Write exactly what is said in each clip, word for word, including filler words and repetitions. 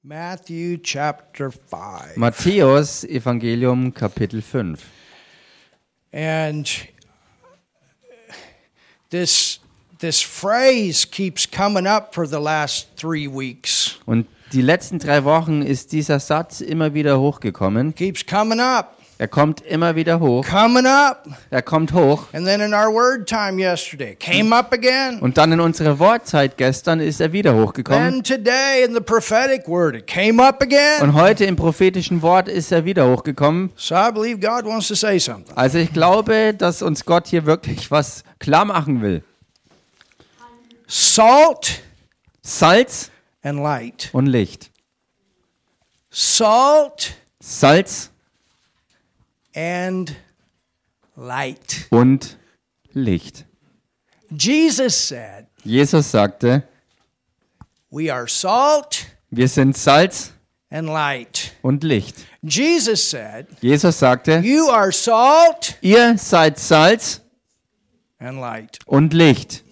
Matthew chapter five. Matthäus Evangelium Kapitel fünf. And this this phrase keeps coming up for the last three weeks. Und die letzten drei Wochen ist dieser Satz immer wieder hochgekommen. Keeps coming up. Er kommt immer wieder hoch. Coming up. Er kommt hoch. And then in our word time yesterday, came up again. Und dann in unserer Wortzeit gestern ist er wieder hochgekommen. Then today in the prophetic word, it came up again. Und heute im prophetischen Wort ist er wieder hochgekommen. So I believe God wants to say something. Also ich glaube, dass uns Gott hier wirklich was klar machen will. Salt Salz and light. und Licht. Salt Salz and light. und Licht. Jesus said, Jesus sagte, we are salt wir sind Salz and light. und Licht. Jesus said, Jesus sagte, you are salt ihr seid Salz and light. und Licht.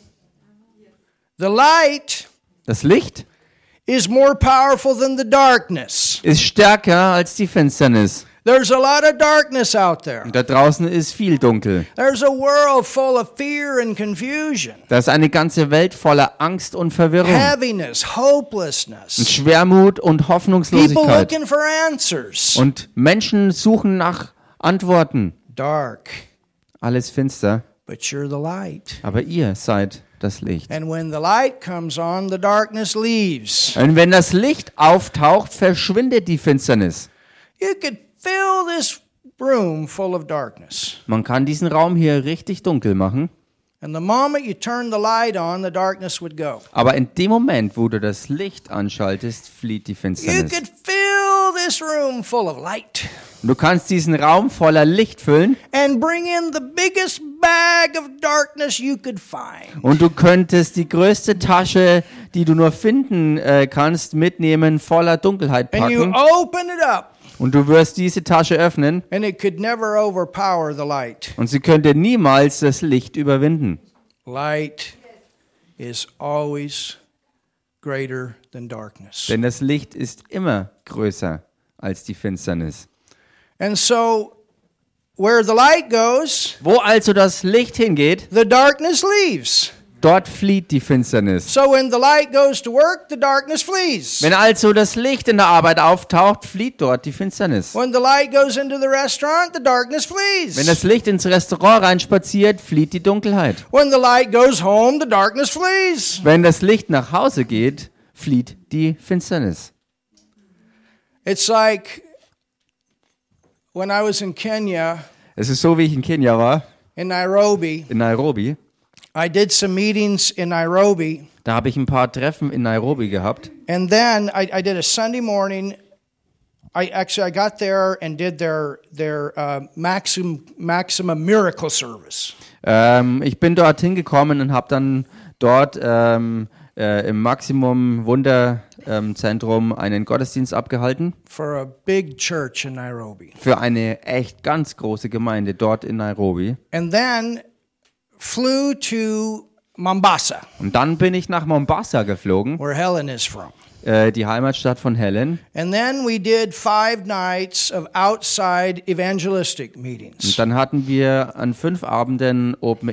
The light Das Licht is more powerful than the darkness. ist stärker als die Finsternis. There's a lot of darkness out there. Und da draußen ist viel dunkel. There's a world full of fear and confusion, Da ist eine ganze Welt voller Angst und Verwirrung. heaviness, Und hopelessness. Schwermut und People Hoffnungslosigkeit. looking for answers. Und Menschen suchen nach Antworten. Dark, Alles finster. but you're the light. Aber ihr seid das Licht. And when the light comes on, the darkness leaves. Und wenn das Licht auftaucht, verschwindet die Finsternis. You could fill this room full of darkness. Man kann diesen Raum hier richtig dunkel machen. And the moment you turn the light on, the darkness would go. Aber in dem Moment, wo du das Licht anschaltest, flieht die You Finsternis. could fill this room full of light Und du kannst diesen Raum voller Licht füllen and bring in the biggest bag of darkness you could find. und du könntest die größte Tasche, die du nur finden äh, kannst, mitnehmen, voller Dunkelheit And you packen. open it up, Und du wirst diese Tasche öffnen and it could never overpower the light. und sie könnte niemals das Licht überwinden. Light is always greater than darkness. Denn das Licht ist immer größer als die Finsternis. And so, where the light goes, Wo also das Licht hingeht, the darkness leaves. dort flieht die Finsternis. So when the light goes to work, the darkness flees. Wenn also das Licht in der Arbeit auftaucht, flieht dort die Finsternis. When the light goes into the restaurant, the darkness flees. Wenn das Licht ins Restaurant reinspaziert, flieht die Dunkelheit. When the light goes home, the darkness flees. Wenn das Licht nach Hause geht, flieht die Finsternis. It's like when I was in Kenya, Es ist so, wie ich in Kenia war, in Nairobi, in Nairobi. I did some meetings in Nairobi, Da habe ich ein paar Treffen in Nairobi gehabt. and then I, I did a Sunday morning. I actually I got there and did their their uh, maximum maximum miracle service. Ähm, ich bin dort hingekommen und habe dann dort ähm, äh, im Maximum Wunderzentrum einen Gottesdienst abgehalten For a big church in Nairobi. für eine echt ganz große Gemeinde dort in Nairobi. And then flew to Mombasa, Und dann bin ich nach Mombasa geflogen, where Helen is from. äh, die Heimatstadt von Helen. And then we did five nights of outside evangelistic Und meetings. dann hatten wir an fünf Abenden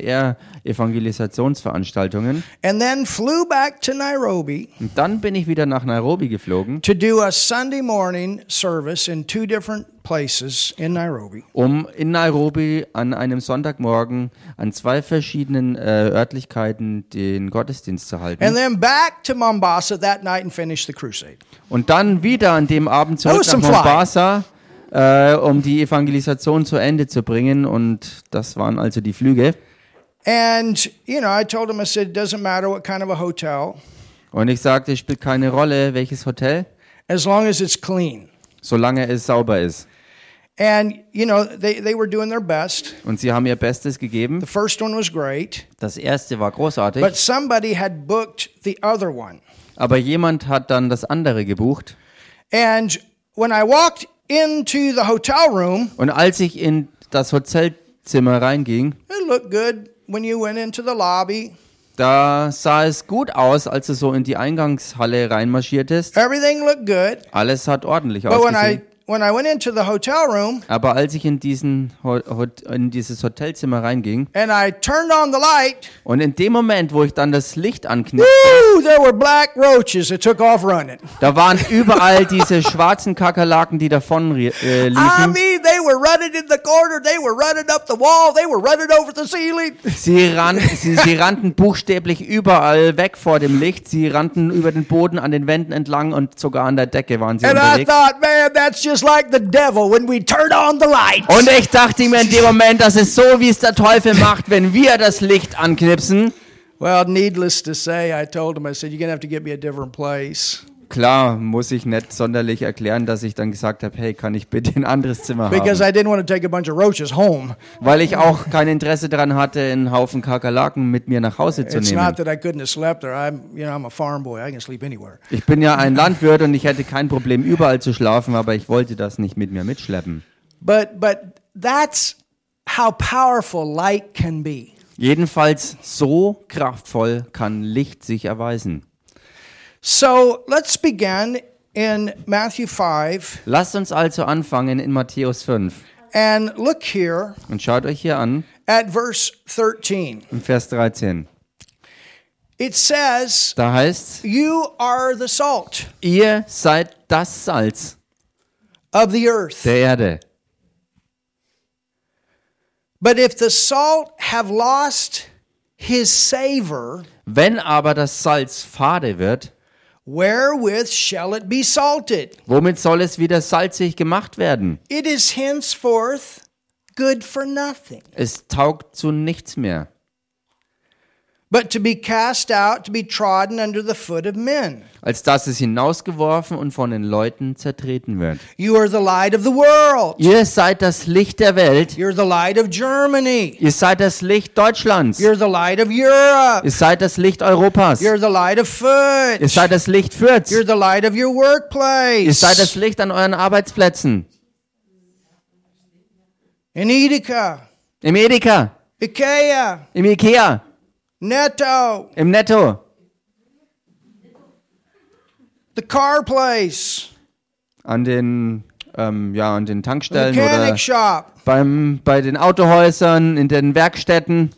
Open-Air-Evangelisationsveranstaltungen. And then flew back to Nairobi Und dann bin ich wieder nach Nairobi geflogen, to do a Sunday morning service in two different places in Nairobi. um in Nairobi an einem Sonntagmorgen an zwei verschiedenen äh, Örtlichkeiten den Gottesdienst zu halten. And then back to Mombasa that night and finish the crusade. Und dann wieder an dem Abend That zurück was nach some fly. Mombasa, äh, um die Evangelisation zu Ende zu bringen. Und das waren also die Flüge. And, you know, I told him, I said, it doesn't matter what kind of a hotel, Und ich sagte, es spielt keine Rolle, welches Hotel, as long as it's clean. solange es sauber ist. And, you know, they, they were doing their best. Und sie haben ihr Bestes gegeben. The first one was great, Das erste war großartig, but somebody had booked the other one. aber jemand hat dann das andere gebucht. And when I walked into the hotel room, Und als ich in das Hotelzimmer reinging, it looked good when you went into the lobby. Da sah es gut aus, als du so in die Eingangshalle reinmarschiertest. Everything looked good. Alles hat ordentlich But when I ausgesehen. when I went into the hotel room Aber als ich in, diesen, Ho- Hot- in dieses Hotelzimmer reinging and I turned on the light, und in dem Moment, wo ich dann das Licht anknipste, woo, there were black roaches that took off running. da waren überall diese schwarzen Kakerlaken, die davon rie- äh, I liefen. mean, they were running in the corner, they were running up the wall, they were running over the ceiling. Sie, ran, sie, sie rannten buchstäblich überall weg vor dem Licht. Sie rannten über den Boden, an den Wänden entlang und sogar an der Decke waren sie And I unterwegs. thought, man, that's just like the devil when we turn on the lights. Und ich dachte mir in dem Moment, das ist so, wie es der Teufel macht, wenn wir das Licht anknipsen. Well, needless to say, I told him, I said, you're going to have to get me a different place. Klar, muss ich nicht sonderlich erklären, dass ich dann gesagt habe, hey, kann ich bitte ein anderes Zimmer Because haben? I didn't want to take a bunch of roaches home. Weil ich auch kein Interesse daran hatte, einen Haufen Kakerlaken mit mir nach Hause zu It's nehmen. not that I couldn't have slept there. I'm, you know, I'm a farm boy. I can sleep anywhere. Ich bin ja ein Landwirt und ich hätte kein Problem, überall zu schlafen, aber ich wollte das nicht mit mir mitschleppen. But but that's how powerful light can be. Jedenfalls so kraftvoll kann Licht sich erweisen. So let's begin in Matthew five Lasst uns also anfangen in Matthäus fünf and look here und schaut euch hier an, at verse thirteen. im Vers dreizehn. It says, Da heißt, "You are the salt ihr seid das Salz of the earth. der Erde. But if the salt have lost his savor, Wenn aber das Salz fade wird, wherewith shall it be salted? womit soll es wieder salzig gemacht werden? It is henceforth good for nothing, Es taugt zu nichts mehr, but to be cast out, to be trodden under the foot of men. als dass es hinausgeworfen und von den Leuten zertreten wird. You are the light of the world. Ihr seid das Licht der Welt. You're the light of Germany. Ihr seid das Licht Deutschlands. You're the light of Europe. Ihr seid das Licht Europas. You're the light of Ihr Foote. seid das Licht Fürths. You're the light of your Ihr seid das workplace. Licht an euren Arbeitsplätzen. In Edeka, Im Edeka, Ikea, im Ikea, Netto, im Netto, the car place, an den, ähm, ja, an den Tankstellen oder mechanic shop. beim, bei den Autohäusern, in den Werkstätten.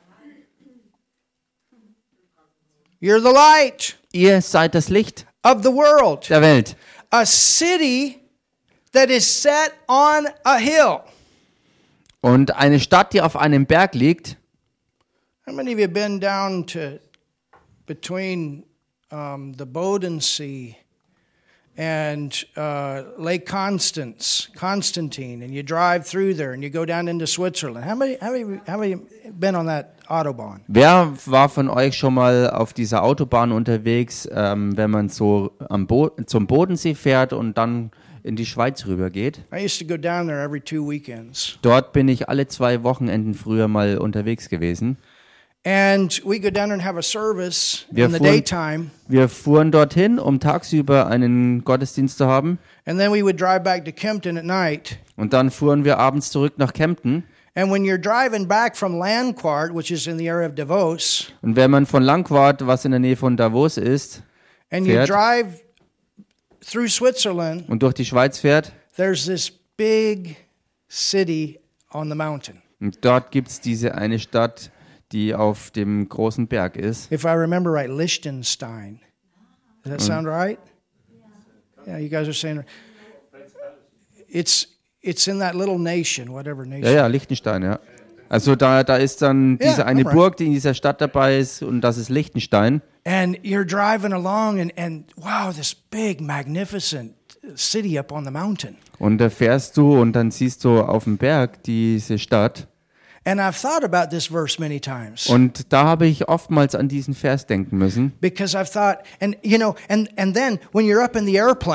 You're the light Ihr seid das Licht of the world. der Welt. A city that is set on a hill. Und eine Stadt, die auf einem Berg liegt. How many of you been down to between um, the Bodensee and uh, Lake Constance, Constantine, and you drive through there and you go down into Switzerland? How many, how many, how many been on that Autobahn? Wer war von euch schon mal auf dieser Autobahn unterwegs, ähm, wenn man so am Bo zum Bodensee fährt und dann in die Schweiz rübergeht? I used to go down there every two weekends. Dort bin ich alle zwei Wochenenden früher mal unterwegs gewesen. And we go down there and have a service Wir in the fuhren- daytime. Wir fuhren dorthin, um tagsüber einen Gottesdienst zu haben. And then we would drive back to Kempton at night. Und dann fuhren wir abends zurück nach Kempten. And when you're driving back from Landquart, which is in the area of Davos, Und wenn man von Langquart, was in der Nähe von Davos ist, and you Fährt. drive through Switzerland, und durch die Schweiz fährt, there's this big city on the mountain. und dort gibt es diese eine Stadt, die auf dem großen Berg ist. If I remember right, Liechtenstein. Does that sound right? Yeah, you guys are saying it's it's in that little nation, whatever Ja, nation. ja, Liechtenstein, ja. Also da, da ist dann Ja, diese eine alright. Burg, die in dieser Stadt dabei ist, und das ist Liechtenstein. And you're driving along, and and wow, this big, magnificent city up on the mountain. Und da fährst du und dann siehst du auf dem Berg diese Stadt. And I've thought about this verse many times. Und da habe ich oftmals an diesen Vers denken müssen. Because I've thought, and you know, and and then when you're up in the airplane,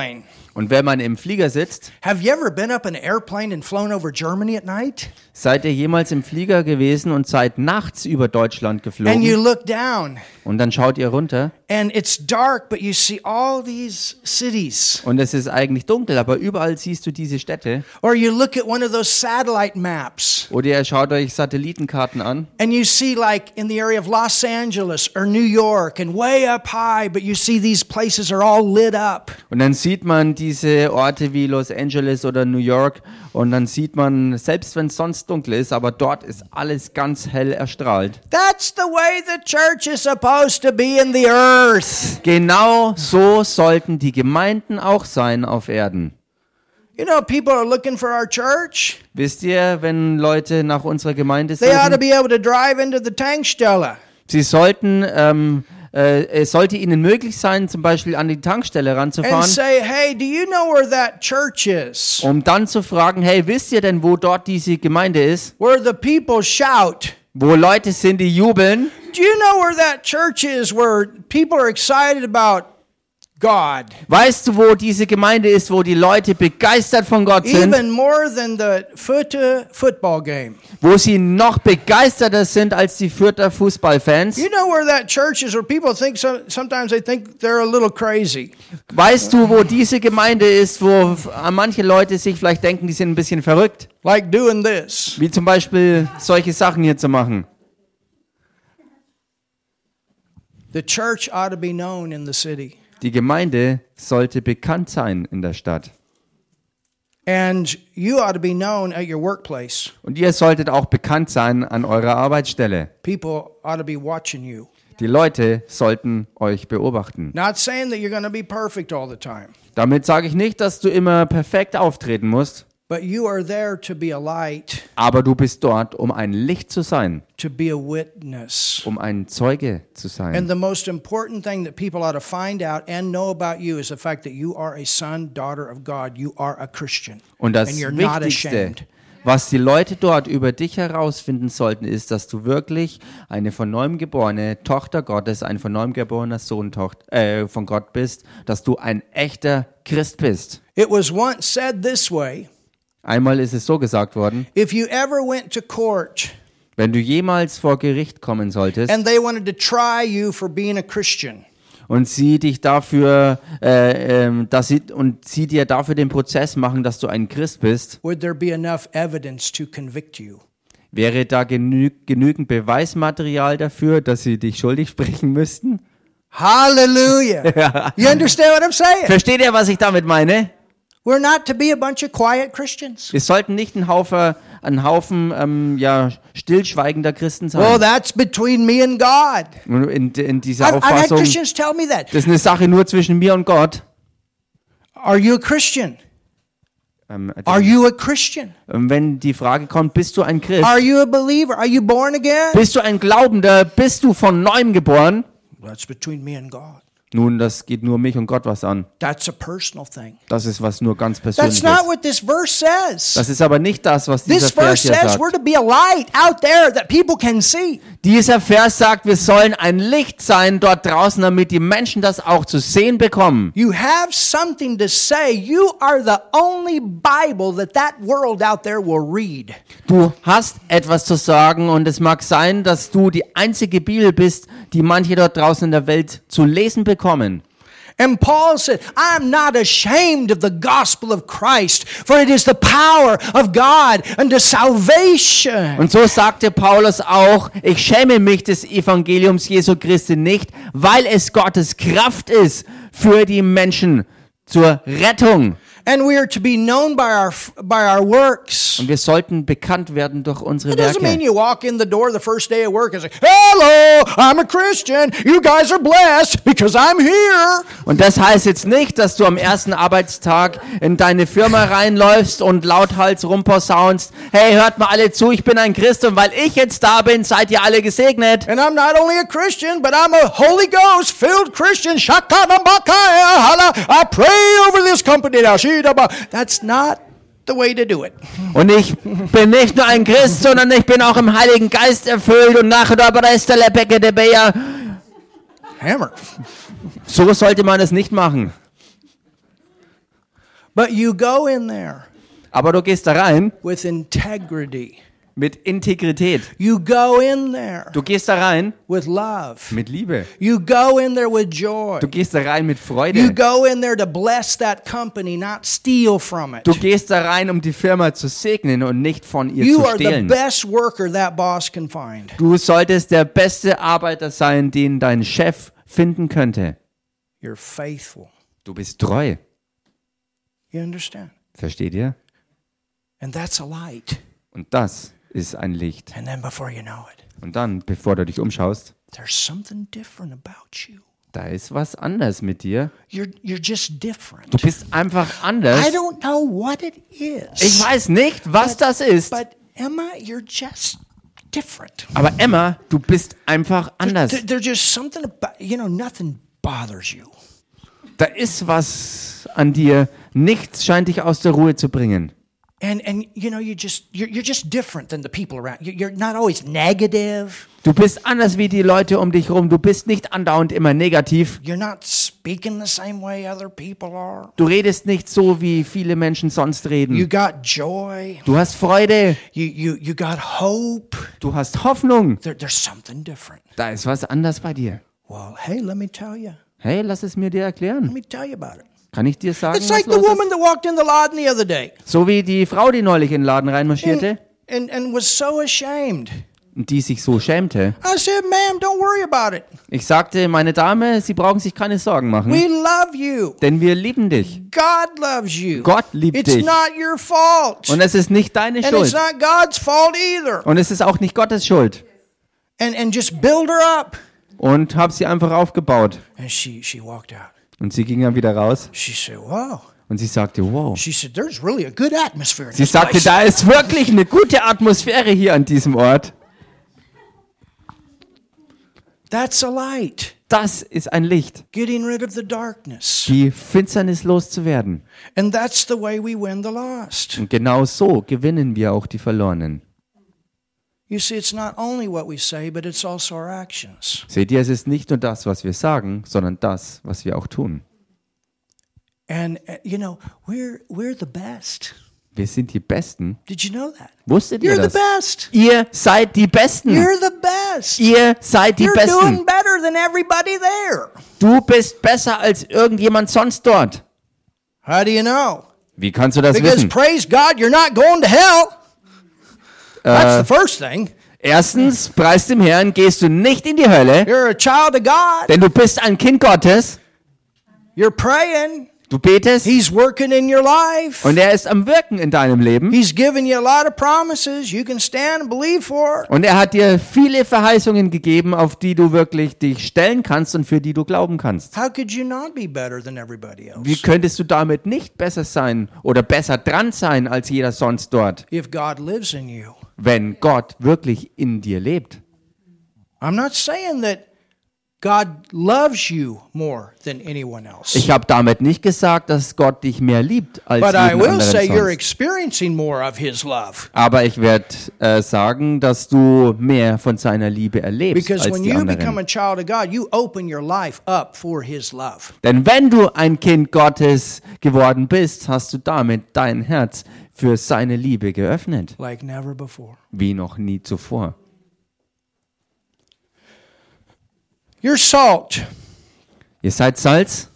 Und wenn man im Flieger sitzt, Have you ever been up in an airplane and flown over Germany at night? seid ihr jemals im Flieger gewesen und seid nachts über Deutschland And you geflogen look down und dann schaut ihr runter and it's dark, but you see all these cities. und es ist eigentlich dunkel, aber überall siehst du diese Städte. Or you look at one of those satellite maps Oder ihr schaut euch Satellitenkarten an and you see, like in the area of Los Angeles or New York and way up high, but you see these places are all lit up. und dann sieht man diese Orte wie Los Angeles oder New York und dann sieht man, selbst wenn es sonst dunkel ist, aber dort ist alles ganz hell erstrahlt. That's the way the church is supposed to be in the earth. Genau so sollten die Gemeinden auch sein auf Erden. You know, people are looking for our church. Wisst ihr, wenn Leute nach unserer Gemeinde They ought to suchen, be able to drive into the Tankstelle sie sollten, ähm, äh, es sollte ihnen möglich sein, zum Beispiel an die Tankstelle and ranzufahren, say, hey, do you know where that church is? um dann zu fragen, hey, wisst ihr denn, wo dort diese Gemeinde ist? Where the people shout. Wo Leute sind, die jubeln? Do you know where that church is where people are excited about God? Weißt du, wo diese Gemeinde ist, wo die Leute begeistert von Gott sind? Even more than the Foote football game. Wo sie noch begeisterter sind als die Fürther Fußballfans? You know where that church is where people think so, sometimes they think they're a little crazy. Weißt du, wo diese Gemeinde ist, wo f- manche Leute sich vielleicht denken, die sind ein bisschen verrückt? Like doing this. Wie zum Beispiel solche Sachen hier zu machen. The church ought to be known in the city. Die Gemeinde sollte bekannt sein in der Stadt. And you ought to be known at your workplace. Und ihr solltet auch bekannt sein an eurer Arbeitsstelle. People ought to be watching you. Die Leute sollten euch beobachten. Not saying that you're going to be perfect all the time, Damit sage ich nicht, dass du immer perfekt auftreten musst, but you are there to be a light, aber du bist dort, um ein Licht zu sein, to be a witness. um ein Zeuge zu And sein. the most important thing that people ought to find out and know about you is the fact that you are a son, daughter of God. You are a Christian. Und das And you're not Wichtigste, ashamed. was die Leute dort über dich herausfinden sollten, ist, dass du wirklich eine von neuem geborene Tochter Gottes, ein von neuem geborener Sohn Tochter, äh, von Gott bist, dass du ein echter Christ bist. It was once said this way: Einmal ist es so gesagt worden, if you ever went to court wenn du jemals vor Gericht kommen solltest and they wanted to try you for being a Christian, und sie dich dafür, äh, ähm, dass sie, und sie dir dafür den Prozess machen, dass du ein Christ bist, would there be enough evidence to convict you? wäre da genü genügend Beweismaterial dafür, dass sie dich schuldig sprechen müssten? Hallelujah. You understand what I'm saying? Versteht ihr, was ich damit meine? We're not to be a bunch of quiet Christians. Wir sollten nicht ein Haufen, ein Haufen ähm, ja, stillschweigender Christen Well, sein. that's between me and God. Und In, in dieser I've, I've had Auffassung, Christians tell me that. das ist eine Sache nur zwischen mir und Gott. Are you a Christian? Ähm, Are you a Christian? wenn die Frage kommt, bist du ein Christ? Are you a believer? Are you born again? Bist du ein Glaubender? Bist du von Neuem geboren? That's between me and God. Nun, das geht nur mich und Gott was an. That's a personal thing. Das ist was nur ganz That's Persönliches. not what this verse says. Das ist aber nicht das, was dieser This Vers verse hier says sagt. we're to be a light out there that people can see. Dieser Vers sagt, wir sollen ein Licht sein dort draußen, damit die Menschen das auch zu sehen bekommen. You have something to say. You are the only Bible that that world out there will read. Du hast etwas zu sagen und es mag sein, dass du die einzige Bibel bist, die manche dort draußen in der Welt zu lesen bekommen. And Paul said, I am not ashamed of the gospel of Christ, for it is the power of God unto salvation. Und so sagte Paulus auch, ich schäme mich des Evangeliums Jesu Christi nicht, weil es Gottes Kraft ist für die Menschen zur Rettung. And we are to be known by our by our works. Und wir sollten bekannt werden durch unsere It doesn't mean Werke. you walk in the door the first day of work and say, hello, I'm a Christian. You guys are blessed because I'm here. Und das heißt jetzt nicht, dass du am ersten Arbeitstag in deine Firma reinläufst und lauthals rumposaunst, hey, hört mal alle zu, ich bin ein Christ und weil ich jetzt da bin, seid ihr alle gesegnet. And I'm not only a Christian, but I'm a Holy Ghost filled Christian. Shakanambakaya, hala. I pray over this company now. Shidaba. That's not the way to do it. Und ich bin nicht nur ein Christ, sondern ich bin auch im Heiligen Geist erfüllt und nachher da Rest der Lepeke de Beja. Hammer. So sollte man es nicht machen. But you go in there Aber du gehst da rein with integrity. mit Integrität. You go in there Du gehst da rein with love. mit Liebe. You go in there with joy. Du gehst da rein mit You Freude. go in there to bless that company, not steal from it. Du gehst da rein, um die Firma zu segnen und nicht von ihr You zu are the stehlen. best worker that boss can find. Du solltest der beste Arbeiter sein, den dein Chef finden könnte. You're faithful. Du bist treu. You understand? Versteht ihr? And that's a light. Und das ist ein Licht. And then before you know it, Und dann, bevor du dich umschaust, there's something different about you. da ist was anders mit dir. You're you're just different. Du bist einfach anders. I don't know what it is. Ich weiß nicht, was das ist. But Emma, you're just different. Aber Emma, du bist einfach anders. There- There's just something about, you know, nothing bothers you. Da ist was an dir. Nichts scheint dich aus der Ruhe zu bringen. And and you know, you just you're you're just different than the people around. You- You're not always negative. Du bist anders wie die Leute um dich rum. Du bist nicht andauernd immer negativ. You're not speaking the same way other people are. Du redest nicht so, wie viele Menschen sonst You reden. got joy. Du hast Freude. You you you got hope. Du hast Hoffnung. There, there's something different. Da ist was anders bei dir. Well, hey, let me tell you. Hey, lass es mir dir Let erklären. me tell you about it. Kann ich dir sagen, It's was like the los woman ist? that walked in the Laden the other day So wie die Frau, die neulich in den Laden reinmarschierte and, and was so ashamed. und die sich so schämte. I said, ma'am, don't worry about it. Ich sagte, meine Dame, Sie brauchen sich keine Sorgen machen, We love you. denn wir lieben dich. God loves you. Gott liebt It's dich. not your fault. Und es ist nicht deine And it's Schuld. not God's fault either. Und es ist auch nicht Gottes Schuld. And and just build her up. Und habe sie einfach aufgebaut. And she she walked out. Und sie ging dann wieder raus She said, wow. und sie sagte, wow. She said, there's really a good atmosphere in Sie this sagte, place. da ist wirklich eine gute Atmosphäre hier an diesem Ort. That's a light. Das ist ein Licht, Getting rid of the darkness. die Finsternis loszuwerden. And that's the way we win the lost. Und genau so gewinnen wir auch die Verlorenen. You see, it's not only what we say, but it's also our actions. Seht ihr, es ist nicht nur das, was wir sagen, sondern das, was wir auch tun. And uh, you know, we're we're the best. Wir sind die Besten. Did you know that? Wusstet ihr You're the das? best. Ihr seid die Besten. You're the best. Ihr seid die You're Besten. doing better than everybody there. Du bist besser als irgendjemand sonst dort. How do you know? Wie kannst du das Because wissen? praise God, you're not going to hell. That's the first thing. Erstens, preis dem Herrn, gehst du nicht in die Hölle, You're a child of God. denn du bist ein Kind Gottes. You're praying. Du betest He's working in your life. und er ist am Wirken in deinem Leben. He's given you a lot of promises you can stand and believe for. Und er hat dir viele Verheißungen gegeben, auf die du wirklich dich stellen kannst und für die du glauben kannst. How could you not be better than everybody else? Wie könntest du damit nicht besser sein oder besser dran sein als jeder sonst dort, If God lives in you. wenn Gott wirklich in dir lebt? I'm not saying that God loves you more than anyone else. Ich habe damit nicht gesagt, dass Gott dich mehr liebt als But I jeden will say anderen you're sonst. experiencing more of His love. Aber ich werde äh, sagen, dass du mehr von seiner Liebe erlebst Because als when die you become anderen. a child of God, you open your life up for His love. Denn wenn du ein Kind Gottes geworden bist, hast du damit dein Herz für seine Liebe geöffnet, Like never before. wie noch nie zuvor. You're salt. Ihr seid Salz,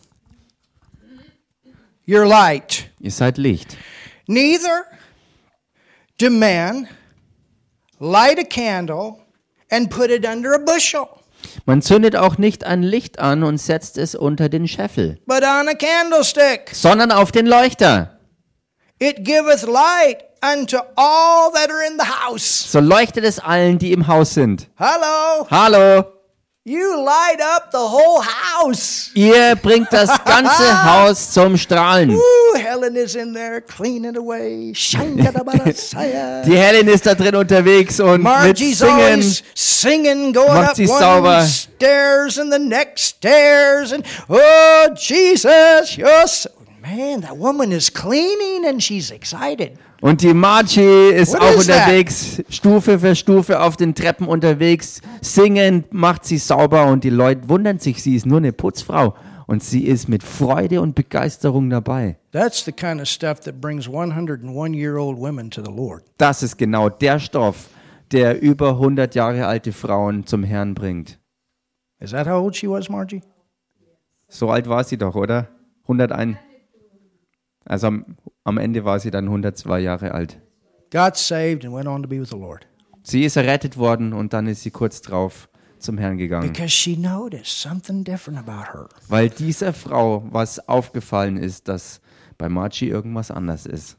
You're light. ihr seid Licht. Neither do man light a candle and put it under a bushel, Man zündet auch nicht ein Licht an und setzt es unter den Scheffel, but on a candlestick. sondern auf den Leuchter. It giveth light unto all that are in the house. So leuchtet es allen, die im Haus sind. Hello. Hallo, You light up the whole house. ihr bringt das ganze Haus zum Strahlen. Ooh, Helen is in there cleaning away. Shangadabadasaya. Die Helen ist da drin unterwegs und mit Margie's Singen. always singing, going Macht up sie one sauber. stairs and the next stairs, and oh Jesus, you're so, man, that woman is cleaning and she's excited. Und die Margie ist What auch is that? unterwegs, Stufe für Stufe auf den Treppen unterwegs. Singend macht sie sauber und die Leute wundern sich, sie ist nur eine Putzfrau. Und sie ist mit Freude und Begeisterung dabei. That's the kind of stuff that brings one hundred one year old women to the Lord. Das ist genau der Stoff, der über hundert Jahre alte Frauen zum Herrn bringt. Is that how old she was, Margie? So alt war sie doch, oder? hunderteins. Also am, am Ende war sie dann hundertzwei Jahre alt. Got saved and went on to be with the Lord. Sie ist errettet worden und dann ist sie kurz drauf zum Herrn gegangen. Because she noticed something different about her. Weil dieser Frau was aufgefallen ist, dass bei Margie irgendwas anders ist.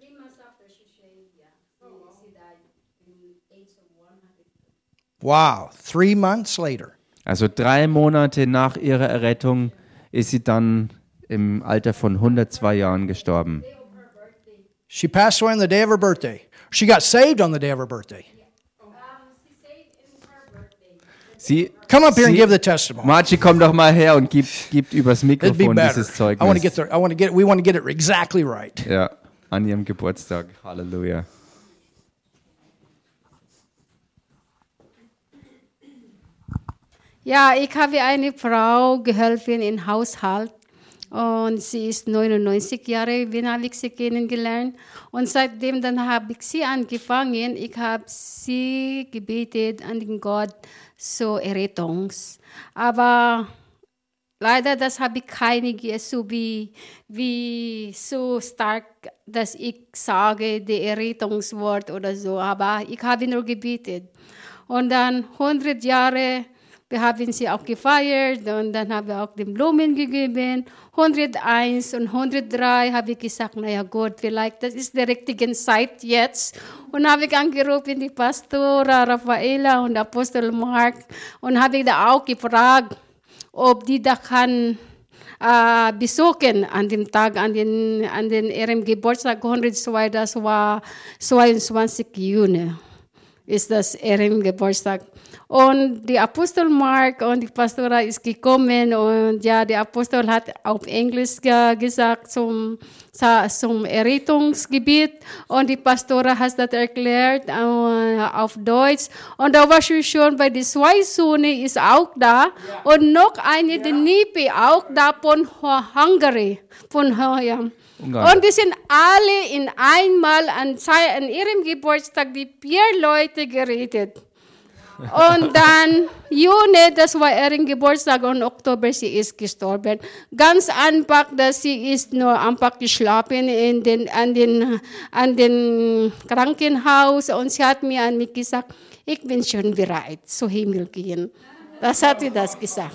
Wow, three months later. Also drei Monate nach ihrer Errettung ist sie dann im Alter von hundertzwei Jahren gestorben. She passed away on the day of her birthday. She got saved on the day of her birthday. Sie, Come up here and sie, give the testimony. Margie, komm doch mal her und gib, gib übers It'd be Mikrofon better. dieses I want to Zeugnis. get the, I want to get we want to get it exactly right. Ja, an ihrem Geburtstag. Halleluja. Ja, ich habe eine Frau geholfen im Haushalt und sie ist neunundneunzig Jahre, wenn habe ich sie kennengelernt. Und seitdem dann habe ich sie angefangen, ich habe sie gebetet an den Gott zur Errettung. Aber leider, das habe ich keine so wie, wie so stark, dass ich sage, das Errettungswort oder so. Aber ich habe nur gebetet. Und dann hundert Jahre, wir haben sie auch gefeiert und dann haben wir auch den Blumen gegeben. hunderteins und hundertdrei habe ich gesagt, naja Gott, vielleicht das ist die richtige Zeit jetzt. Und habe ich angerufen, die Pastor Raffaella und Apostel Mark und habe ich da auch gefragt, ob die da kann äh, besuchen an dem Tag, an den, an den ihrem Geburtstag hundertzwei, das war zweiundzwanzigsten Juni. Ist das ihrem Geburtstag. Und die Apostel Mark und die Pastora ist gekommen und ja, der Apostel hat auf Englisch ge- gesagt zum, zum Errettungsgebiet und die Pastora hat das erklärt äh, auf Deutsch. Und da war sie schon bei der zwei Söhne ist auch da ja. Und noch eine, die Nipe, auch da von Hungary, von ja. Ungarn. Und die sind alle in einmal an, an ihrem Geburtstag die vier Leute gerettet. Und dann Juni, das war ihren Geburtstag und Oktober, sie ist gestorben. Ganz einfach, dass sie ist nur einfach geschlafen in den, an den, an den Krankenhaus und sie hat mir an mich gesagt, ich bin schon bereit, zu Himmel gehen. Das hat sie das gesagt.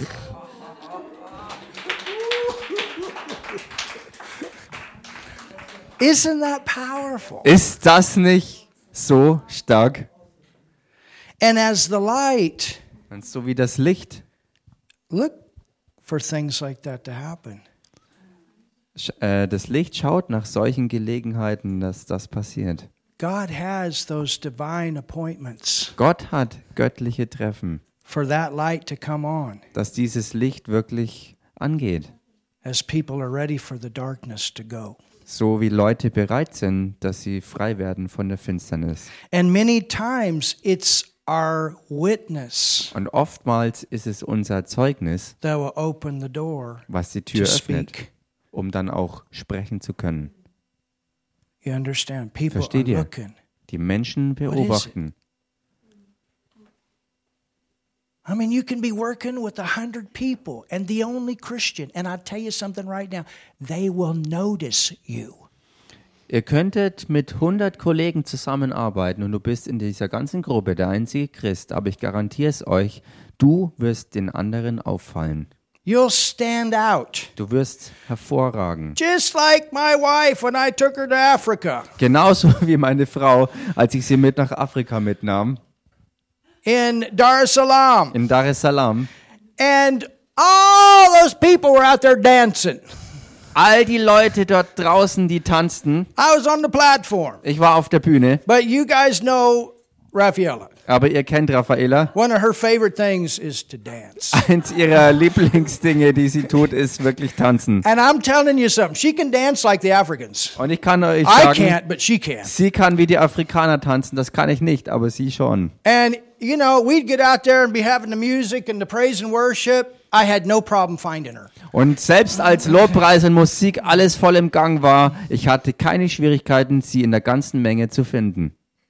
Isn't that powerful? Ist das nicht so stark? And as the light, Und so wie das Licht, look for things like that to happen. sch- äh, das Licht schaut nach solchen Gelegenheiten, dass das passiert. God has those divine appointments Gott hat göttliche Treffen, for that light to come on dass dieses Licht wirklich angeht. as people are ready for the darkness to go. So wie Leute bereit sind, dass sie frei werden von der Finsternis. And many times it's our witness Und oftmals ist es unser Zeugnis, that will open the door was die to Tür öffnet, speak. um dann auch sprechen zu können. You understand? People are Versteht ihr? looking. Die Menschen beobachten. I mean, you can be working with a hundred people and the only Christian. And I'll tell you something right now. They will notice you. Ihr könntet mit hundert Kollegen zusammenarbeiten und du bist in dieser ganzen Gruppe der einzige Christ, aber ich garantiere es euch, du wirst den anderen auffallen. You'll stand out. Du wirst hervorragen. Just like my wife when I took her to Africa. Genauso wie meine Frau, als ich sie mit nach Afrika mitnahm, In Dar es Salaam. in Dar es Salaam. And all those people were out there dancing. All die Leute dort draußen, die tanzten. I was on the platform. Ich war auf der Bühne, But you guys know Raffaella. aber ihr kennt Raffaella. One of her favorite things is to dance. Eins ihrer Lieblingsdinge, die sie tut, ist wirklich tanzen. And I'm telling you something. She can dance like the Africans. Und ich kann euch I sagen, can't, but she can. sie kann wie die Afrikaner tanzen. Das kann ich nicht, aber sie schon. And, you know, we'd get out there and be having the music and the praise and worship. I had no problem finding her. Und selbst als Lobpreis und Musik alles voll im Gang war, ich hatte keine Schwierigkeiten, sie in der ganzen Menge zu finden.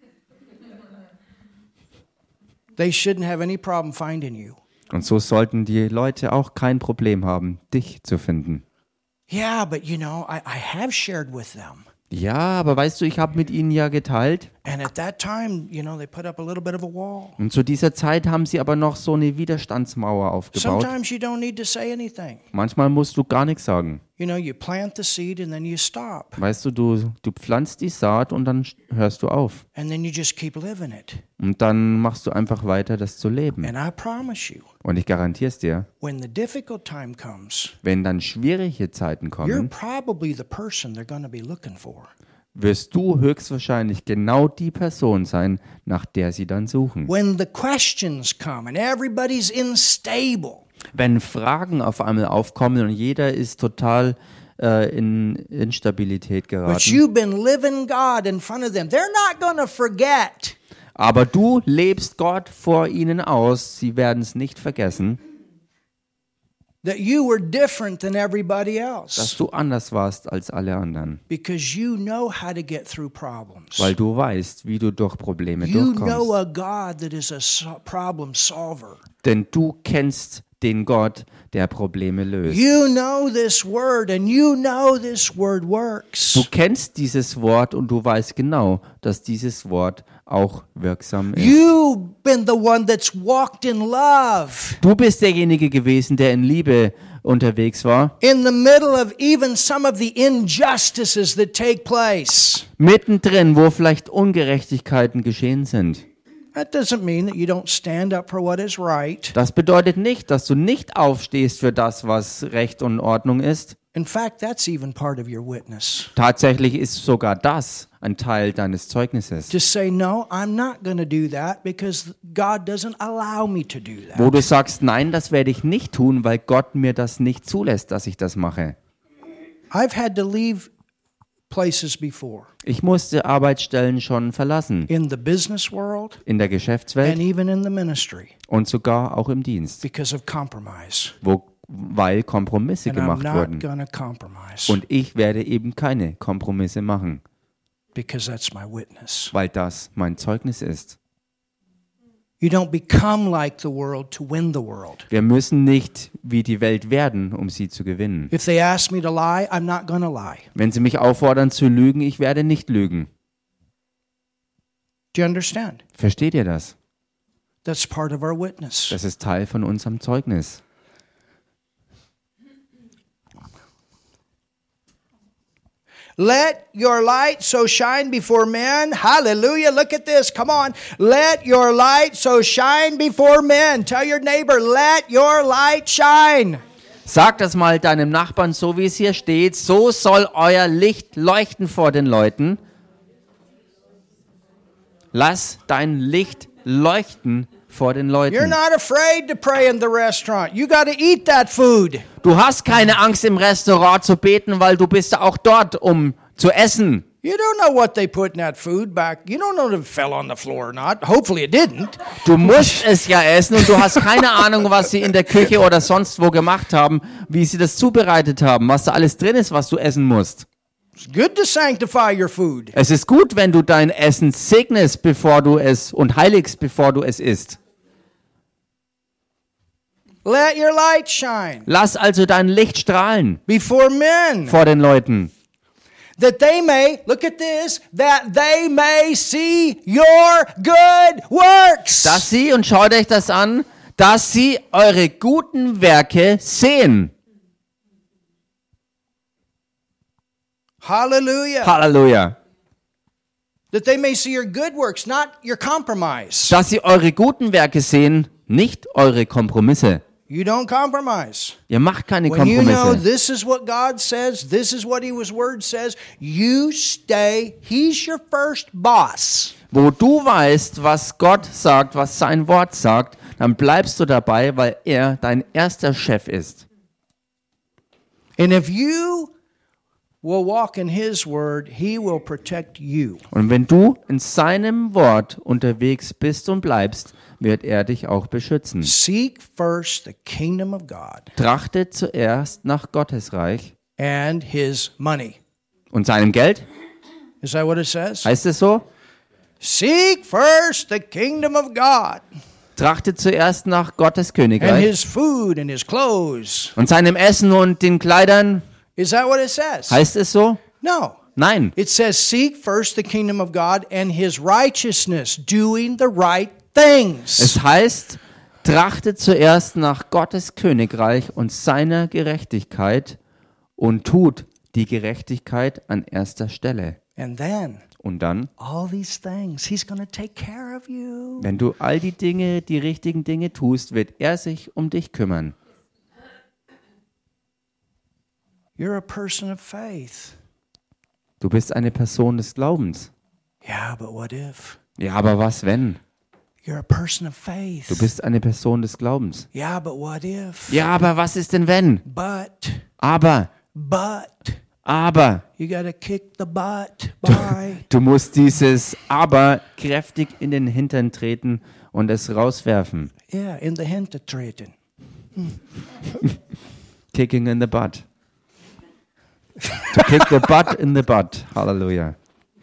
They shouldn't have any problem finding you. Und so sollten die Leute auch kein Problem haben, dich zu finden. Yeah, but you know, I, I have shared with them. Ja, aber weißt du, ich habe mit ihnen ja geteilt. And at that time, you know, they put up a little bit of a wall. Und zu dieser Zeit haben sie aber noch so eine Widerstandsmauer aufgebaut. Sometimes you don't need to say anything. Manchmal musst du gar nichts sagen. You know, you plant the seed and then you stop. Weißt du, du, du pflanzt die Saat und dann hörst du auf. And then you just keep living it. Und dann machst du einfach weiter, das zu leben. And I promise you, Und ich garantiere es dir, when the difficult time comes, wenn dann schwierige Zeiten you're kommen, probably the person they're going to be looking for. wirst du höchstwahrscheinlich genau die Person sein, nach der sie dann suchen. When the questions come and everybody's unstable, Wenn Fragen auf einmal aufkommen und jeder ist total äh, in Instabilität but geraten, you've been living God in front of them, they're not going to forget. aber du lebst Gott vor ihnen aus, sie werden es nicht vergessen, That you were different than everybody dass else du anders warst als alle anderen, because you know how to get through problems. weil du weißt, wie du durch Probleme You know durchkommst. a God that is a so- problem solver. Denn du kennst den Gott, der Probleme löst. You know this word and you know this word Du works. kennst dieses Wort und du weißt genau, dass dieses Wort auch wirksam ist. You've been the one that's walked in love Du bist derjenige gewesen, der in Liebe unterwegs war, in the middle of even some of the injustices that take place. mittendrin, wo vielleicht Ungerechtigkeiten geschehen sind. That doesn't mean that you don't stand up for what is right. Das bedeutet nicht, dass du nicht aufstehst für das, was Recht und Ordnung ist. In fact, that's even part of your witness. Tatsächlich ist sogar das ein Teil deines Zeugnisses, To say, no, I'm not going to do that because God doesn't allow me to do wo that. du sagst, nein, das werde ich nicht tun, weil Gott mir das nicht zulässt, dass ich das mache. I've had to leave places before Ich musste Arbeitsstellen schon verlassen, in the business world in der and Geschäftswelt even in the ministry und sogar auch im Dienst, because of compromise. wo, weil Kompromisse And I'm gemacht not wurden. going to compromise Und ich werde eben keine Kompromisse machen, because that's my witness. weil das mein Zeugnis ist. You don't become like the world to win the world. Wir müssen nicht wie die Welt werden, um sie zu gewinnen. If they ask me to lie, I'm not going to lie. Wenn sie mich auffordern zu lügen, ich werde nicht lügen. Do you understand? Versteht ihr das? That's part of our witness. Das ist Teil von unserem Zeugnis. Let your light so shine before men. Hallelujah. Look at this. Come on. Let your light so shine before men. Tell your neighbor, let your light shine. Sag das mal deinem Nachbarn, so wie es hier steht. So soll euer Licht leuchten vor den Leuten. Lass dein Licht leuchten vor den You're Leuten. not afraid to pray in the restaurant. You got to eat that food. Du hast keine Angst im Restaurant zu beten, weil du bist auch dort, um zu essen. You don't know what they put in that food back. You don't know if it fell on the floor or not. Hopefully it didn't. Du musst es ja essen und du hast keine Ahnung, was sie in der Küche oder sonst wo gemacht haben, wie sie das zubereitet haben, was da alles drin ist, was du essen musst. It's good to sanctify your food. Es ist gut, wenn du dein Essen segnest, bevor du es und heiligst, bevor du es isst. Let your light shine Lass also dein Licht strahlen before men, vor den Leuten, that they may, look at this, that they may see your good works. dass sie, und schaut euch das an, dass sie eure guten Werke sehen. Hallelujah. Halleluja. That they may see your good works, not your compromise. Dass sie eure guten Werke sehen, nicht eure Kompromisse. You don't compromise. Ihr macht keine When you know Kompromisse. this is what God says, this is what His Word says, you stay. He's your first boss. Wo du weißt, was Gott sagt, was sein Wort sagt, dann bleibst du dabei, weil er dein erster Chef ist. And if you will walk in His word, He will protect you. Und wenn du in seinem Wort unterwegs bist und bleibst, wird er dich auch beschützen. Seek first the kingdom of God Trachte zuerst nach Gottes Reich and His money. und seinem Geld. Is that what it says? Heißt es so? Seek first the kingdom of God Trachte zuerst nach Gottes and Königreich His food and His clothes. und seinem Essen und den Kleidern. Is that what it says? Heißt es so? No. Nein. It says, seek first the kingdom of God and His righteousness, doing the right things. Es heißt, trachte zuerst nach Gottes Königreich und seiner Gerechtigkeit und tut die Gerechtigkeit an erster Stelle. And then, Und dann, all these things, He's going to take care of you. wenn du all die Dinge, die richtigen Dinge tust, wird er sich um dich kümmern. You're a person of faith. Du bist eine Person des Glaubens. Yeah, but what if? Ja, aber was wenn? You're a person of faith. Du bist eine Person des Glaubens. Yeah, but what if? Ja, aber was ist denn wenn? But, Aber, but, aber. you got to kick the butt. Bye. Du musst dieses Aber kräftig in den Hintern treten und es rauswerfen. Yeah, in the hintertreten. Kicking in the butt. To kick the butt in the butt. Halleluja.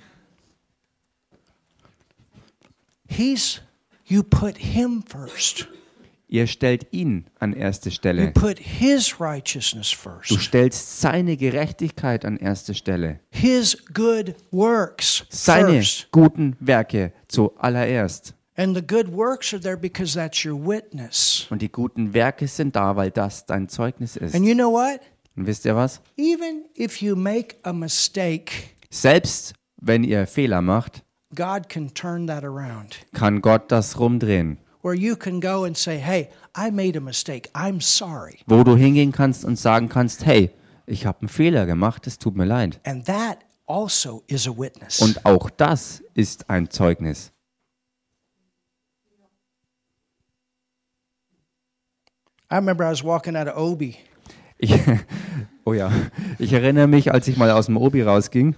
He's, you put Him first. Ihr stellt ihn an erste You Stelle. put His righteousness Du first. stellst seine Gerechtigkeit an erste Stelle. His good works Seine first. guten Werke zuallererst. And the good works are there because that's your witness. Und die guten Werke sind da, weil das dein Zeugnis ist. And you know what? Und wisst ihr was? Even if you make a mistake, Selbst wenn ihr Fehler macht, God can turn that around. kann Gott das rumdrehen. Where you can go and say, hey, I made a mistake. I'm sorry. Wo du hingehen kannst und sagen kannst, hey, ich habe einen Fehler gemacht, es tut mir leid. And that also is a witness. Und auch das ist ein Zeugnis. I remember I was walking out of Obi. Ich, oh ja, ich erinnere mich, als ich mal aus dem Obi rausging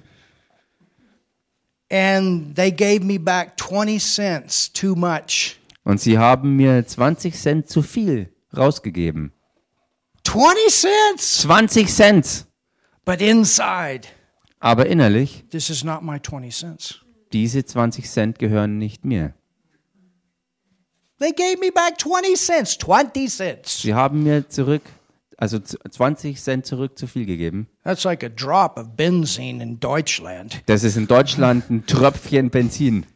And they gave me back twenty cents too much. und sie haben mir zwanzig Cent zu viel rausgegeben. twenty cents! zwanzig Cent! But inside, Aber innerlich, this is not my twenty cents. diese zwanzig Cent gehören nicht mir. They gave me back twenty cents. twenty cents. Sie haben mir zurück, also zwanzig Cent zurück zu viel gegeben. That's like a drop of benzene in Deutschland. Das ist in Deutschland ein Tröpfchen Benzin.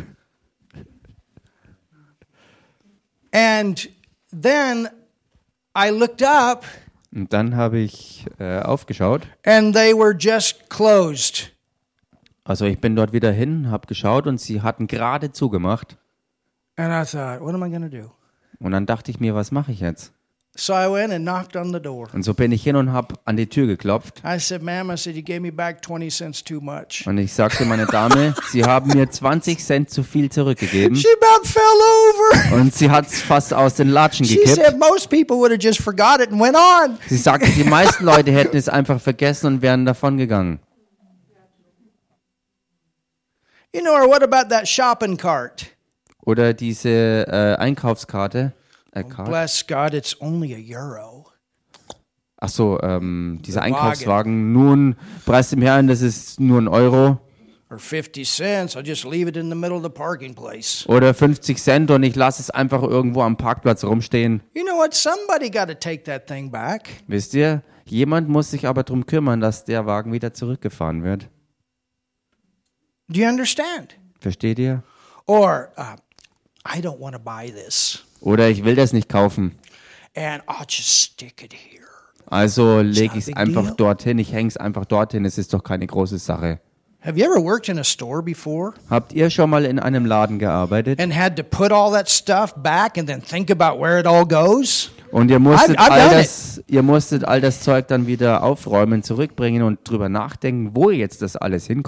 And then I looked up Und dann habe ich äh, aufgeschaut. and they were just closed. Also ich bin dort wieder hin, habe geschaut und sie hatten gerade zugemacht. And I thought, what am I going to do? Und dann dachte ich mir, was mache ich jetzt? So I went and knocked on the door. Und so bin ich hin und habe an die Tür geklopft. I said, ma'am, I said, you gave me back twenty cents too much. Und ich sagte, meine Dame, Sie haben mir zwanzig Cent zu viel zurückgegeben. She about fell over. Und sie hat es fast aus den Latschen She gekippt. said most people would have just forgot it and went on. Sie sagte, die meisten Leute hätten es einfach vergessen und wären davongegangen. You know, or what about that shopping cart? Oder diese äh, Einkaufskarte. Äh, Karte. Bless God, it's only a euro. Ach so, ähm, dieser Der Wagen. Einkaufswagen. Nun, preis dem Herrn, das ist nur ein Euro. Or fifty cents. I'll just leave it in the middle of the parking place. Oder fünfzig Cent und ich lasse es einfach irgendwo am Parkplatz rumstehen. You know what? Somebody got to take that thing back. Wisst ihr, jemand muss sich aber darum kümmern, dass der Wagen wieder zurückgefahren wird. Do you understand? Versteht ihr? Or uh, I don't want to buy this, Oder ich will das nicht kaufen. and I'll just stick it here. Also lege not a ich es big einfach deal. dorthin, ich hänge es einfach dorthin, es ist doch keine große Sache. Have you ever worked in a store before Habt ihr schon mal in einem Laden gearbeitet and had to put all that stuff back and then think about where it all goes? und ihr musstet, I've- I've all done das, ihr musstet all das Zeug dann wieder aufräumen, zurückbringen und drüber nachdenken, wo jetzt das alles hinkommt?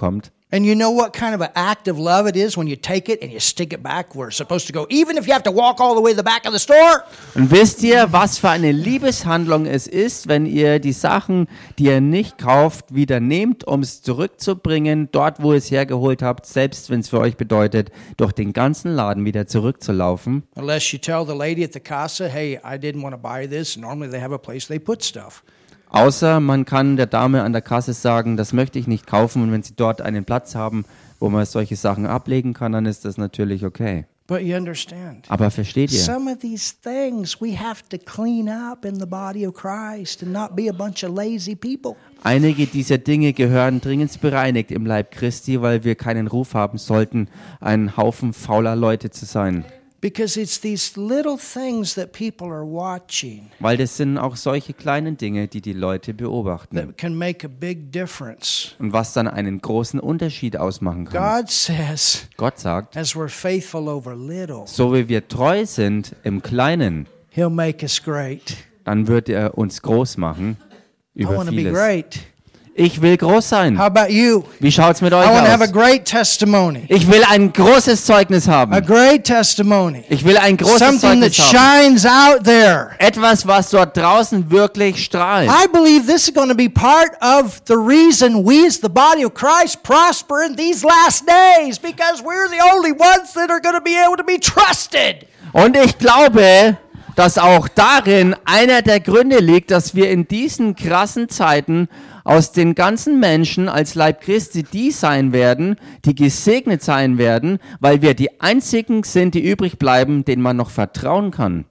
And you know what kind of an act of love it is when you take it and you stick it back where it's supposed to go, even if you have to walk all the way to the back of the store? Und wisst ihr, was für eine Liebeshandlung es ist, wenn ihr die Sachen, die ihr nicht kauft, wieder nehmt, um es zurückzubringen, dort, wo ihr es hergeholt habt, selbst wenn es für euch bedeutet, durch den ganzen Laden wieder zurückzulaufen? Unless you tell the lady at the casa, hey, I didn't want to buy this. Normally they have a place they put stuff. Außer man kann der Dame an der Kasse sagen, das möchte ich nicht kaufen, und wenn sie dort einen Platz haben, wo man solche Sachen ablegen kann, dann ist das natürlich okay. But you understand, Aber versteht ihr? some of these things we have to clean up in the body of Christ and not be a bunch of lazy people. Einige dieser Dinge gehören dringend bereinigt im Leib Christi, weil wir keinen Ruf haben sollten, ein Haufen fauler Leute zu sein. Because it's these little things that people are watching Weil das sind auch solche kleinen Dinge, die die Leute beobachten. that can make a big difference. Und was dann einen großen Unterschied ausmachen kann. God says, Gott sagt, as we're faithful over little, so wie wir treu sind im Kleinen, He'll make us great. dann wird er uns groß machen I über want to be vieles. great. Ich will groß sein. How about you? Wie schaut's mit euch I want to have a aus? great testimony. Ich will ein großes Zeugnis A haben. great testimony. Ich will ein großes Something that Zeugnis haben. shines out there. Etwas, was dort draußen wirklich strahlt. I believe this is going to be part of the reason we as the body of Christ prosper in these last days, because we're the only ones that are going to be able to be trusted. Und ich glaube, dass auch darin einer der Gründe liegt, dass wir in diesen krassen Zeiten aus den ganzen Menschen als Leib Christi die sein werden, die gesegnet sein werden, weil wir die einzigen sind, die übrig bleiben, denen man noch vertrauen kann.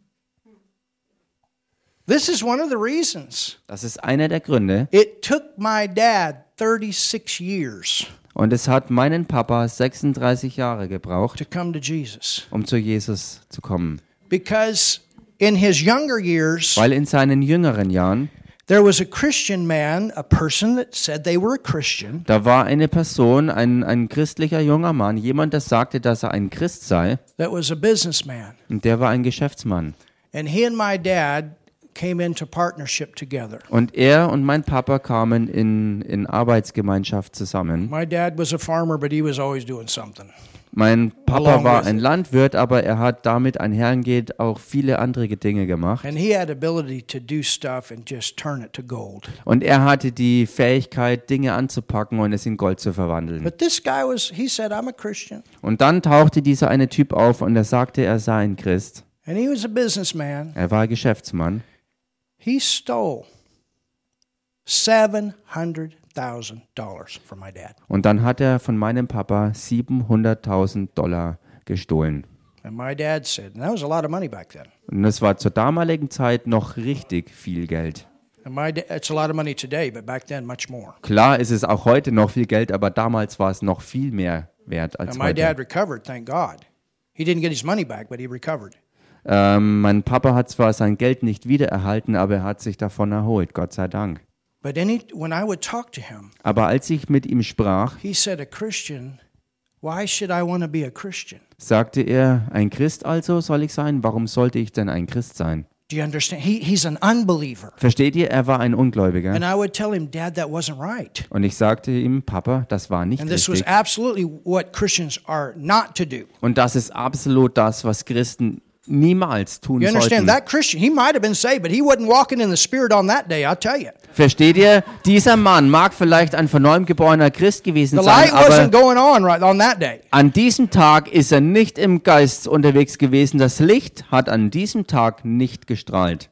This is one of the reasons. Das ist einer der Gründe. It took my dad thirty-six years Und es hat meinen Papa sechsunddreißig Jahre gebraucht, to come to Jesus, um zu Jesus zu kommen. because in his younger years, Weil in seinen jüngeren Jahren, there was a Christian man, a person that said they were a Christian, da war eine Person, ein, ein christlicher junger Mann, jemand, der sagte, dass er ein Christ sei, that was a businessman. und der war ein Geschäftsmann. And he and my dad came into partnership together. Und er und mein Papa kamen in, in Arbeitsgemeinschaft zusammen. My dad was a farmer, but he was always doing something. Mein Papa Along war with ein it. Landwirt, aber er hat damit einhergehend auch viele andere Dinge gemacht. And he had ability to do stuff and just turn it to gold. Und er hatte die Fähigkeit, Dinge anzupacken und es in Gold zu verwandeln. But this guy was, he said, I'm a Christian. Und dann tauchte dieser eine Typ auf und er sagte, er sei ein Christ. And he was a businessman. Er war Geschäftsmann. He stole seven hundred thousand dollars from my dad. Und dann hat er von meinem Papa siebenhunderttausend Dollar gestohlen. And my dad said, and that was a lot of money back then. Und das war zur damaligen Zeit noch richtig viel Geld. And my da- it's a lot of money today, but back then much more. Klar ist es auch heute noch viel Geld, aber damals war es noch viel mehr wert als And my dad heute. recovered, thank God. He didn't get his money back, but he recovered. Ähm, mein Papa hat zwar sein Geld nicht wiedererhalten, aber er hat sich davon erholt, Gott sei Dank. But any, when I would talk to him, Aber als ich mit ihm sprach, he said, a Christian, why should I want to be a Christian? sagte er, ein Christ also soll ich sein? Warum sollte ich denn ein Christ sein? Do you understand? He, he's an unbeliever. Versteht ihr, er war ein Ungläubiger. And I would tell him, Dad, that wasn't right. Und ich sagte ihm, Papa, das war nicht And this was richtig. absolutely what Christians are not to do. Und das ist absolut das, was Christen niemals tun You understand? sollten. That Christian, he might have been saved, but he wasn't walking in the Spirit on that day, I'll tell you. Versteht ihr? Dieser Mann mag vielleicht ein von neuem geborener Christ gewesen The sein, light wasn't aber going on right on that day. an diesem Tag ist er nicht im Geist unterwegs gewesen. Das Licht hat an diesem Tag nicht gestrahlt.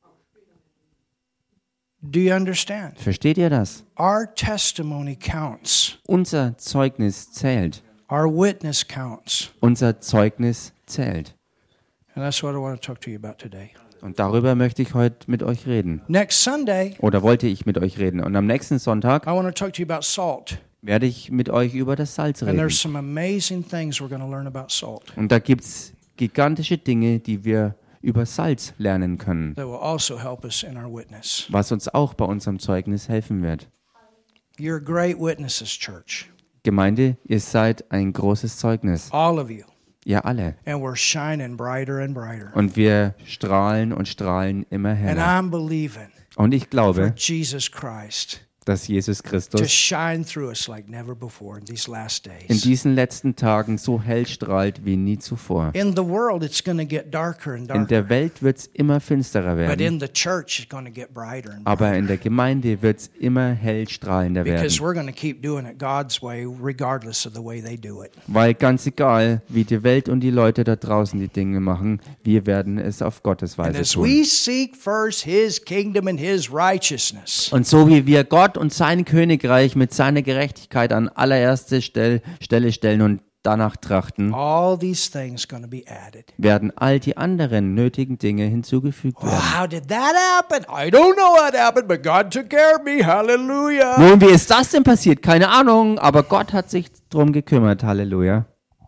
Do you understand? Versteht ihr das? Our testimony counts. Unser Zeugnis zählt. Our witness counts. Unser Zeugnis zählt. And that's what I want to talk to you about today. Und darüber möchte ich heute mit euch reden. Next Sunday, Oder wollte ich mit euch reden. Und am nächsten Sonntag I want to talk to you about salt. werde ich mit euch über das Salz And reden. there's some amazing things we're going to learn about salt Und da gibt es gigantische Dinge, die wir über Salz lernen können, that will also help us in our witness. was uns auch bei unserem Zeugnis helfen wird. You're great witnesses, church. Gemeinde, ihr seid ein großes Zeugnis. All of you. Ihr alle. And we're shining brighter and brighter. Und wir strahlen und strahlen immer And heller. I'm believing Und ich for glaube, Jesus Christ dass Jesus to Christus shine through us like never before in these last in days. diesen letzten Tagen so hell strahlt wie nie zuvor. In the world, it's going to get darker and In darker, der Welt wird es immer finsterer but werden, in the church, it's going to get brighter and brighter. aber in der Gemeinde wird es immer hell strahlender Because werden. we're going to keep doing it God's way, regardless of the way they do it. Weil ganz egal, wie die Welt und die Leute da draußen die Dinge machen, wir werden es auf Gottes And Weise as tun. we seek first His kingdom and His righteousness, Und so wie wir Gott und sein Königreich mit seiner Gerechtigkeit an allererste Stell, Stelle stellen und danach trachten, all these things going to be added. werden all die anderen nötigen Dinge hinzugefügt Well, werden. how did that happen? I don't know what happened, but God took care of me. Hallelujah. Nun, wie ist das denn passiert? Keine Ahnung, aber Gott hat sich drum gekümmert. Halleluja.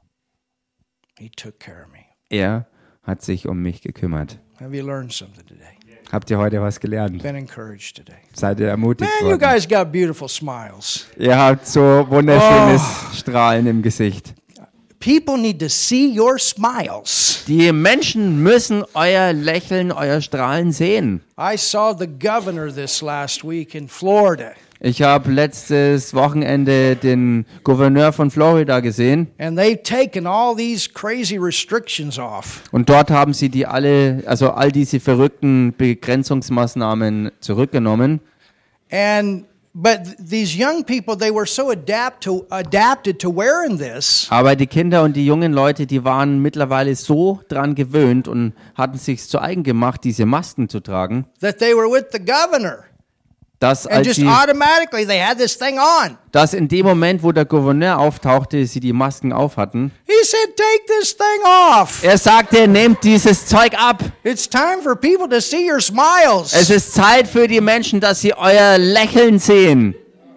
He took care of me. Er hat sich um mich gekümmert. Have you learned something today? Habt ihr heute was gelernt? Been encouraged today. Seid ihr ermutigt Man, you worden? guys got beautiful smiles. Ihr habt so wunderschönes Strahlen im Gesicht. People need to see your smiles. Die Menschen müssen euer Lächeln, euer Strahlen sehen. I saw the governor this last week in Florida, Ich habe letztes Wochenende den Gouverneur von Florida gesehen and they've taken all these crazy restrictions off. und dort haben sie die alle, also all diese verrückten Begrenzungsmaßnahmen zurückgenommen. And but th- these young people, they were so adapt to adapted to wearing this Aber die Kinder und die jungen Leute, die waren mittlerweile so dran gewöhnt und hatten sich zu eigen gemacht, diese Masken zu tragen, that they were with the governor, dass and als just sie, automatically they had this thing on. dass in dem Moment, wo der Gouverneur auftauchte, sie die Masken aufhatten. He said, "Take this thing off. Er sagte, nehmt dieses Zeug ab. It's time for people to see your smiles." Es ist Zeit für die Menschen, dass sie euer Lächeln sehen.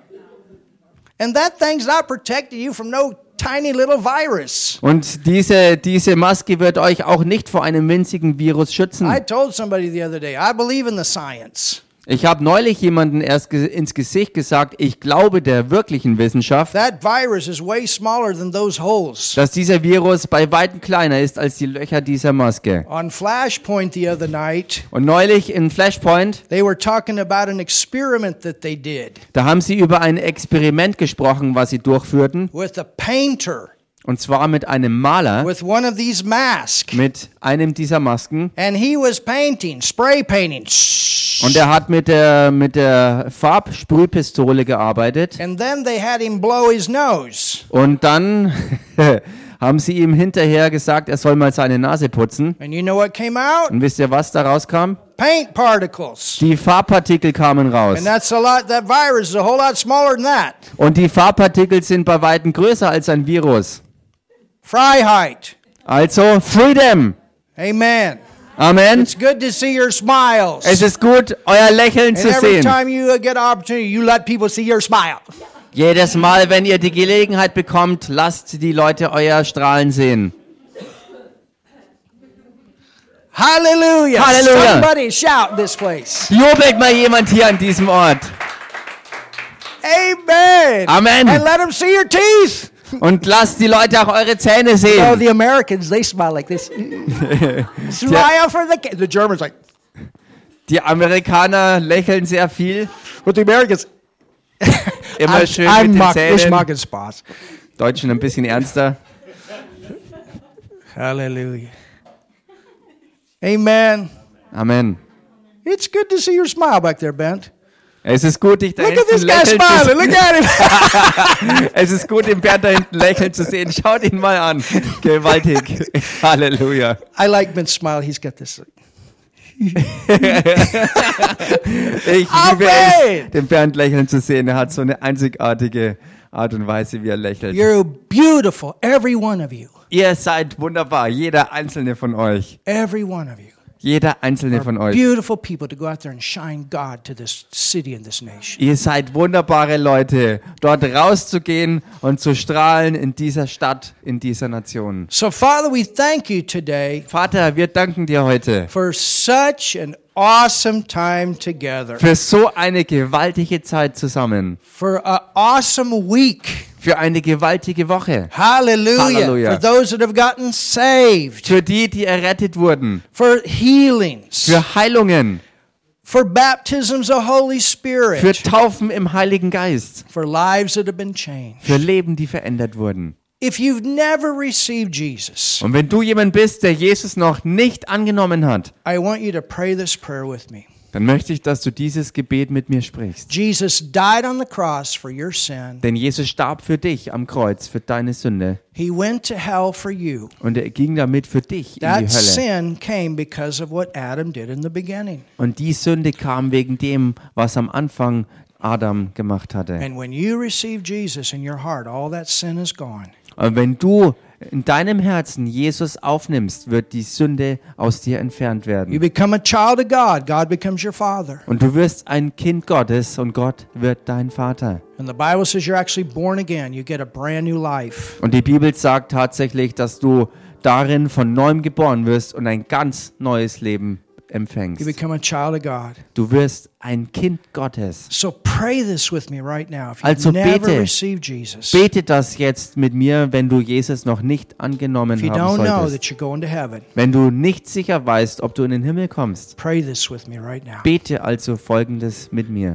And that thing's not protecting you from no tiny little virus. Und diese, diese Maske wird euch auch nicht vor einem winzigen Virus schützen. I told somebody the other day, I believe in the science. Ich habe neulich jemanden erst ge ins Gesicht gesagt, ich glaube der wirklichen Wissenschaft, That virus is way smaller than those holes. dass dieser Virus bei weitem kleiner ist als die Löcher dieser Maske. On Flashpoint the other night, Und neulich in Flashpoint, they were talking about an experiment that they did da haben sie über ein Experiment gesprochen, was sie durchführten. with a painter Und zwar mit einem Maler, with one of these masks. mit einem dieser Masken. And he was painting, spray painting. Und er hat mit der, mit der Farbsprühpistole gearbeitet. And then they had him blow his nose. Und dann haben sie ihm hinterher gesagt, er soll mal seine Nase putzen. And you know what came out? Und wisst ihr, was da rauskam? Paint particles. Die Farbpartikel kamen raus. And that's a lot, that virus is a whole lot smaller than that. Und die Farbpartikel sind bei weitem größer als ein Virus. Freiheit. Also Freedom. Amen. Amen. It's good to see your smiles. Es ist gut, euer Lächeln And zu every sehen. time you get an opportunity, you let people see your smile. Jedes Mal, wenn ihr die Gelegenheit bekommt, lasst die Leute euer Strahlen sehen. Hallelujah. Hallelujah. Somebody shout in this place. Jubelt mal jemand hier an diesem Ort. Amen. Amen. And let them see your teeth. Und lasst die Leute auch eure Zähne Oh, sehen. the Americans, they smile like this. Smile for the... The Germans like... Die Amerikaner lächeln sehr viel. But the Americans... Immer schön mit den mock, ich Zähnen. mag Spaß. Deutschen ein bisschen ernster. Hallelujah. Amen. Amen. It's good to see your smile back there, Bent. Es ist gut, dich da Look at this hinten guy lächeln smiling. zu Look at him. Es ist gut, den Bernd da hinten lächeln zu sehen. Schaut ihn mal an. Gewaltig. Halleluja. I like Bent's smile. He's got this... Ich liebe Amen. es, den Bernd lächeln zu sehen. Er hat so eine einzigartige Art und Weise, wie er lächelt. You're beautiful, every one of you. Ihr seid wunderbar, jeder einzelne von euch. Every one of you. Jeder einzelne von euch. Beautiful people to go out there and shine God to this city and this nation. Ihr seid wunderbare Leute, dort rauszugehen und zu strahlen in dieser Stadt, in dieser Nation. So, Father, we thank you today Vater, wir danken dir heute for such an awesome time together, für so eine gewaltige Zeit zusammen, for an awesome week. für eine gewaltige Woche, Hallelujah. Hallelujah. For those that have gotten saved, für die, die errettet wurden, for healings, für Heilungen, for baptisms of Holy für Spirit, Taufen im Heiligen Geist, for lives that have been changed. für Leben, die verändert wurden. If you've never received Jesus, Und wenn du jemand bist, der Jesus noch nicht angenommen hat, I want you to pray this prayer with me. dann möchte ich, dass du dieses Gebet mit mir sprichst. Jesus died on the cross for your sin. Denn Jesus starb für dich am Kreuz, für deine Sünde. He went to hell for you. Und er ging damit für dich in die That Hölle. sin came because of what Adam did in the beginning. Und die Sünde kam wegen dem, was am Anfang Adam gemacht hatte. And when you receive Jesus in your heart, all that sin is gone. Und wenn du in deinem Herzen Jesus aufnimmst, wird die Sünde aus dir entfernt You werden. become a child of God. God becomes your father. Und du wirst ein Kind Gottes und Gott wird dein Vater. And the Bible says you're actually born again. You get a brand new life. Und die Bibel sagt tatsächlich, dass du darin von neuem geboren wirst und ein ganz neues Leben You empfängst. become a child of God. Du wirst ein Kind Gottes. So pray this with me right now. If you've Also never bete. received Jesus, Bete das jetzt mit mir, wenn du Jesus noch nicht if angenommen you haben don't know solltest. that you're going to heaven, Wenn du nicht sicher weißt, ob du in den Himmel kommst, pray this with me right now. bete also Folgendes mit mir.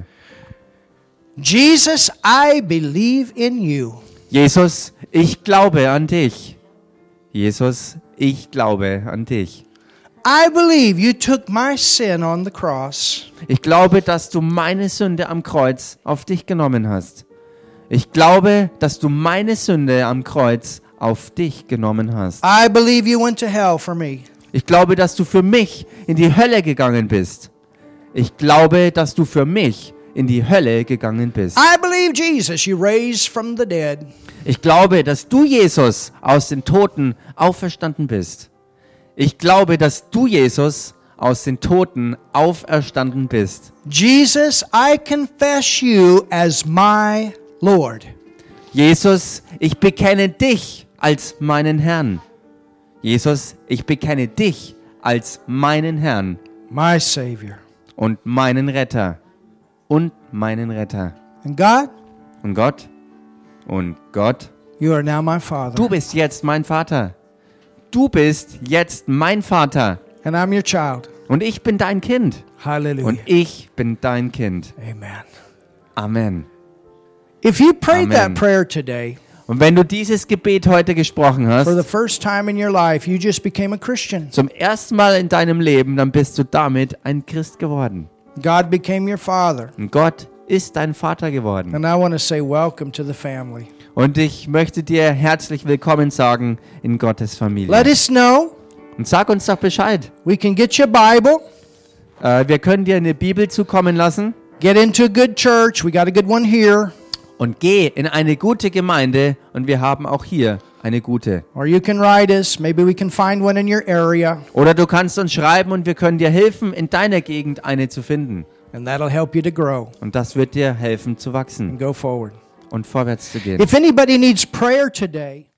Jesus, I believe in you. Jesus, ich glaube an dich. Jesus, ich glaube an dich. I believe you took my sin on the cross. Ich glaube, dass du meine Sünde am Kreuz auf dich genommen hast. Ich glaube, dass du meine Sünde am Kreuz auf dich genommen hast. I believe you went to hell for me. Ich glaube, dass du für mich in die Hölle gegangen bist. Ich glaube, dass du für mich in die Hölle gegangen bist. I believe, Jesus, you raised from the dead. Ich glaube, dass du, Jesus, aus den Toten auferstanden bist. Ich glaube, dass du, Jesus, aus den Toten auferstanden bist. Jesus, I confess you as my Lord. Jesus, ich bekenne dich als meinen Herrn. Jesus, ich bekenne dich als meinen Herrn My Savior. und meinen Retter. Und meinen Retter. And God, Und Gott? Und Gott? you are now my Father. Du bist jetzt mein Vater. Du bist jetzt mein Vater. And I'm your child. Und ich bin dein Kind. Hallelujah. Und ich bin dein Kind. Amen. Amen. If you prayed Amen. that prayer today, Und wenn du dieses Gebet heute gesprochen for the hast, first time in your life, you just became a Christian. zum ersten Mal in deinem Leben, dann bist du damit ein Christ geworden. God became your Father. Und Gott ist dein Vater geworden. And I want to say welcome to the family. Und ich möchte dir herzlich willkommen sagen in Gottes Let Familie. us know. Und sag uns doch Bescheid. We can get you a Bible. Äh, wir können dir eine Bibel zukommen lassen Get into a good church. We got a good one here. und geh in eine gute Gemeinde und wir haben auch hier eine gute. Or you can write us. Maybe we can find one in your area. Oder du kannst uns schreiben und wir können dir helfen, in deiner Gegend eine zu finden. And that'll help you to grow Und das wird dir helfen zu and wachsen go forward. und vorwärts zu gehen. If anybody needs prayer today,